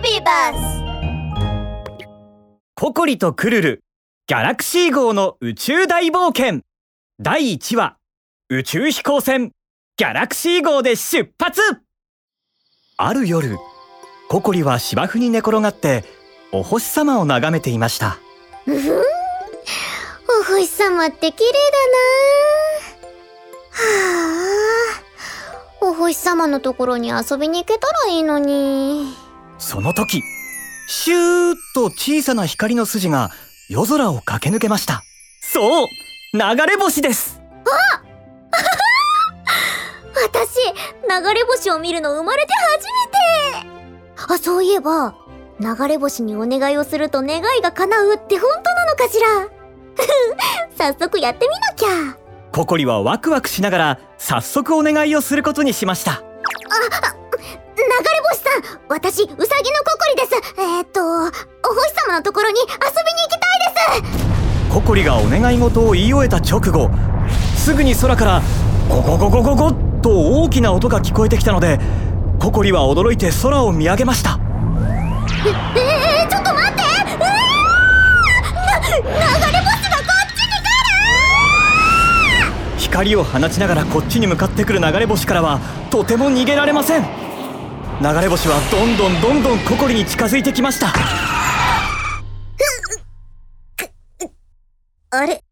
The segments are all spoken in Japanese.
ビバス。 ココリとクルルギャラクシー号の宇宙大冒険第1話宇宙飛行船ギャラクシー号で出発。ある夜、ココリは芝生に寝転がってお星様を眺めていました。 お星様って綺麗だな。お星様のところに遊びに行けたらいいのに。 その時、シューッと小さな光の筋が夜空を駆け抜けました。そう、流れ星です。 私、流れ星を見るの生まれて初めて。そういえば、流れ星にお願いをすると願いが叶うって本当なのかしら。早速やってみなきゃ。 ココリはワクワクしながら早速お願いをすることにしました。 流れ星さん、私、ウサギのココリです。お星様のところに遊びに行きたいです。 ココリがお願い事を言い終えた直後、すぐに空からゴゴゴゴゴゴッと大きな音が聞こえてきたので、ココリは驚いて空を見上げました。 ちょっと待って。流れ星がこっちに来る。 光を放ちながらこっちに向かってくる流れ星からはとても逃げられません。流れ星はどんどんココリに近づいてきました。 あれ、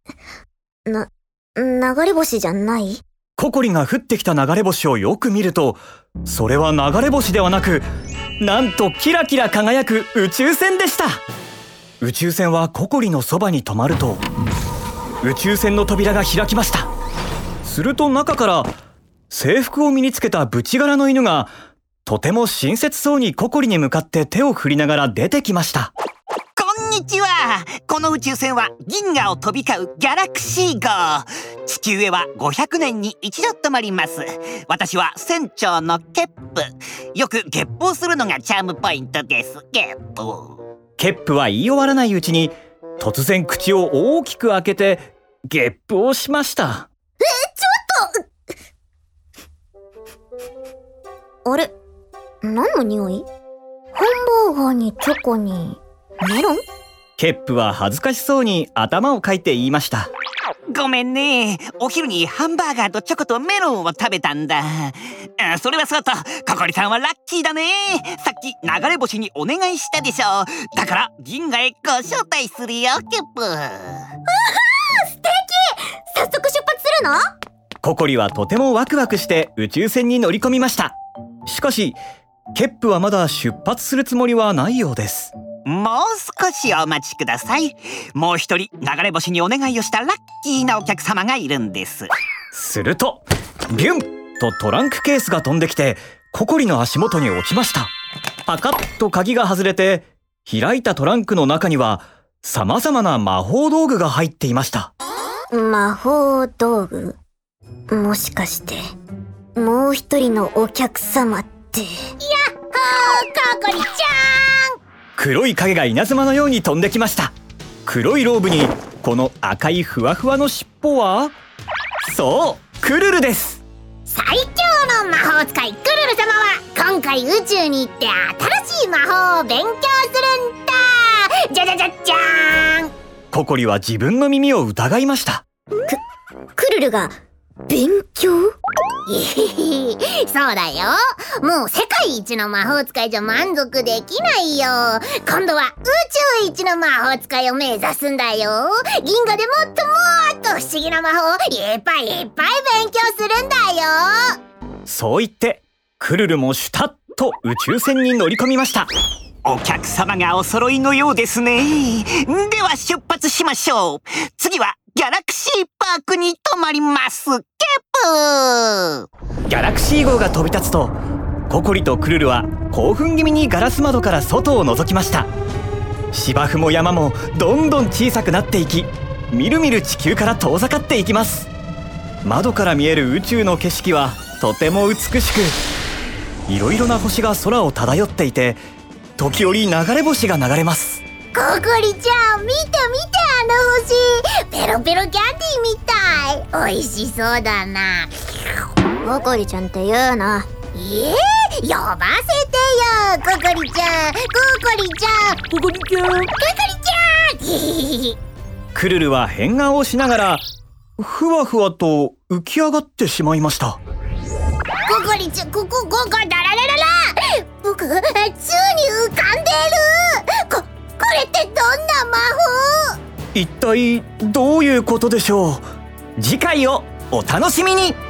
流れ星じゃない？ ココリが降ってきた流れ星をよく見ると、それは流れ星ではなく、なんとキラキラ輝く宇宙船でした。宇宙船はココリのそばに止まると、宇宙船の扉が開きました。すると中から制服を身につけたブチ柄の犬がとても親切そうにココリに向かって手を振りながら出てきました。 こんにちは。この宇宙船は銀河を飛び交うギャラクシー号。地球へは500年に一度止まります。私は船長のケップ。よくゲップをするのがチャームポイントです。ゲップ。 ケップは言い終わらないうちに突然口を大きく開けてゲップをしました。 あれ、何の匂い？ハンバーガーにチョコにメロン？ ケップは恥ずかしそうに頭をかいて言いました。 ごめんね。お昼にハンバーガーとチョコとメロンを食べたんだ。それはそうと、ココリさんはラッキーだね。さっき流れ星にお願いしたでしょ。だから銀河へご招待するよ、ケップ。 素敵！早速出発するの？ ココリはとてもワクワクして宇宙船に乗り込みました。しかしケップはまだ出発するつもりはないようです。 もう少しお待ちください。もう一人流れ星にお願いをしたラッキーなお客様がいるんです。 するとビュンとトランクケースが飛んできてココリの足元に落ちました。パカッと鍵が外れて、開いたトランクの中には様々な魔法道具が入っていました。 魔法道具？もしかしてもう一人のお客様って？やっほー、ココリちゃん！ 黒い影が稲妻のように飛んできました。黒いローブにこの赤いふわふわの尻尾は、そう、クルルです。 最強の魔法使いクルル様は今回宇宙に行って新しい魔法を勉強するんだ。じゃじゃじゃじゃーん。 ココリは自分の耳を疑いました。 クルルが勉強？そうだよ。もう世界一の魔法使いじゃ満足できないよ。今度は宇宙一の魔法使いを目指すんだよ。銀河でもっと不思議な魔法をいっぱい勉強するんだよ。 そう言ってクルルもシュタッと宇宙船に乗り込みました。 お客様がお揃いのようですね。では出発しましょう。次はギャラクシーパークに泊まります。ケップ。 ギャラクシー号が飛び立つと、ココリとクルルは興奮気味にガラス窓から外を覗きました。芝生も山もどんどん小さくなっていき、みるみる地球から遠ざかっていきます。窓から見える宇宙の景色はとても美しく、いろいろな星が空を漂っていて、時折流れ星が流れます。 ココリちゃん、見てあの星。ペロペロキャンディーみたい。おいしそうだな。ココリちゃんって言うな。呼ばせてよ、ココリちゃん。コりちゃん、 ここにちゃん。 係ちゃんクルルは変顔をしながらふわふわと浮き上がってしまいました。 ここりちゃん、こダララララ、僕宙に浮かんでる。これってどんな魔法？ 一体どういうことでしょう。次回をお楽しみに。